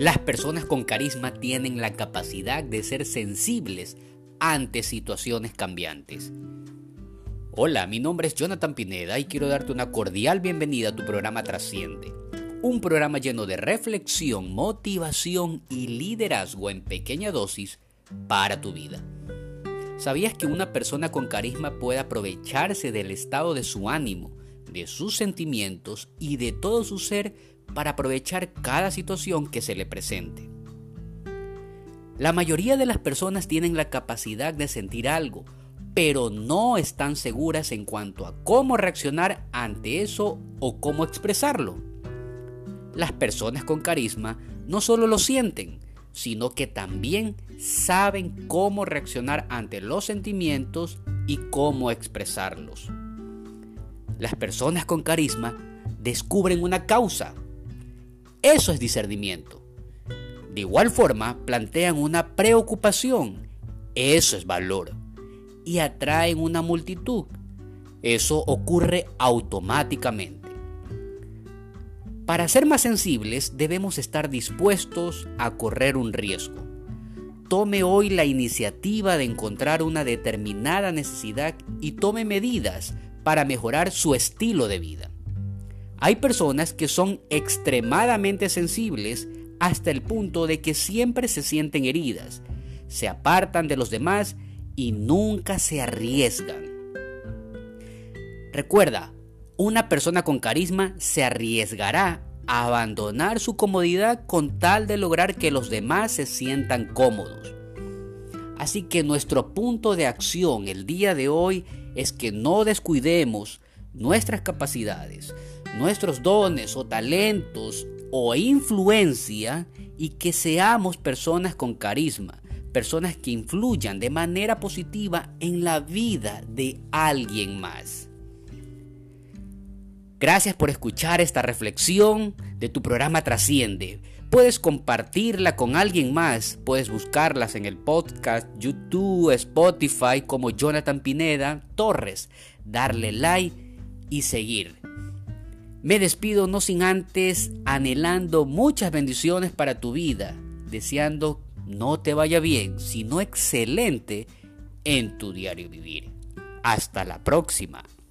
Las personas con carisma tienen la capacidad de ser sensibles ante situaciones cambiantes. Hola, mi nombre es Jonathan Pineda y quiero darte una cordial bienvenida a tu programa Trasciende. Un programa lleno de reflexión, motivación y liderazgo en pequeña dosis para tu vida. ¿Sabías que una persona con carisma puede aprovecharse del estado de su ánimo, de sus sentimientos y de todo su ser para aprovechar cada situación que se le presente? La mayoría de las personas tienen la capacidad de sentir algo, pero no están seguras en cuanto a cómo reaccionar ante eso o cómo expresarlo. Las personas con carisma no solo lo sienten, sino que también saben cómo reaccionar ante los sentimientos y cómo expresarlos. Las personas con carisma descubren una causa. Eso es discernimiento. De igual forma, plantean una preocupación. Eso es valor. Y atraen una multitud. Eso ocurre automáticamente. Para ser más sensibles, debemos estar dispuestos a correr un riesgo. Tome hoy la iniciativa de encontrar una determinada necesidad y tome medidas para mejorar su estilo de vida. Hay personas que son extremadamente sensibles hasta el punto de que siempre se sienten heridas, se apartan de los demás y nunca se arriesgan. Recuerda, una persona con carisma se arriesgará a abandonar su comodidad con tal de lograr que los demás se sientan cómodos. Así que nuestro punto de acción el día de hoy es que no descuidemos nuestras capacidades, nuestros dones o talentos o influencia y que seamos personas con carisma, personas que influyan de manera positiva en la vida de alguien más. Gracias por escuchar esta reflexión de tu programa Trasciende. Puedes compartirla con alguien más. Puedes buscarlas en el podcast, YouTube, Spotify como Jonathan Pineda Torres. Darle like y seguir. Me despido no sin antes anhelando muchas bendiciones para tu vida. Deseando no te vaya bien, sino excelente en tu diario vivir. Hasta la próxima.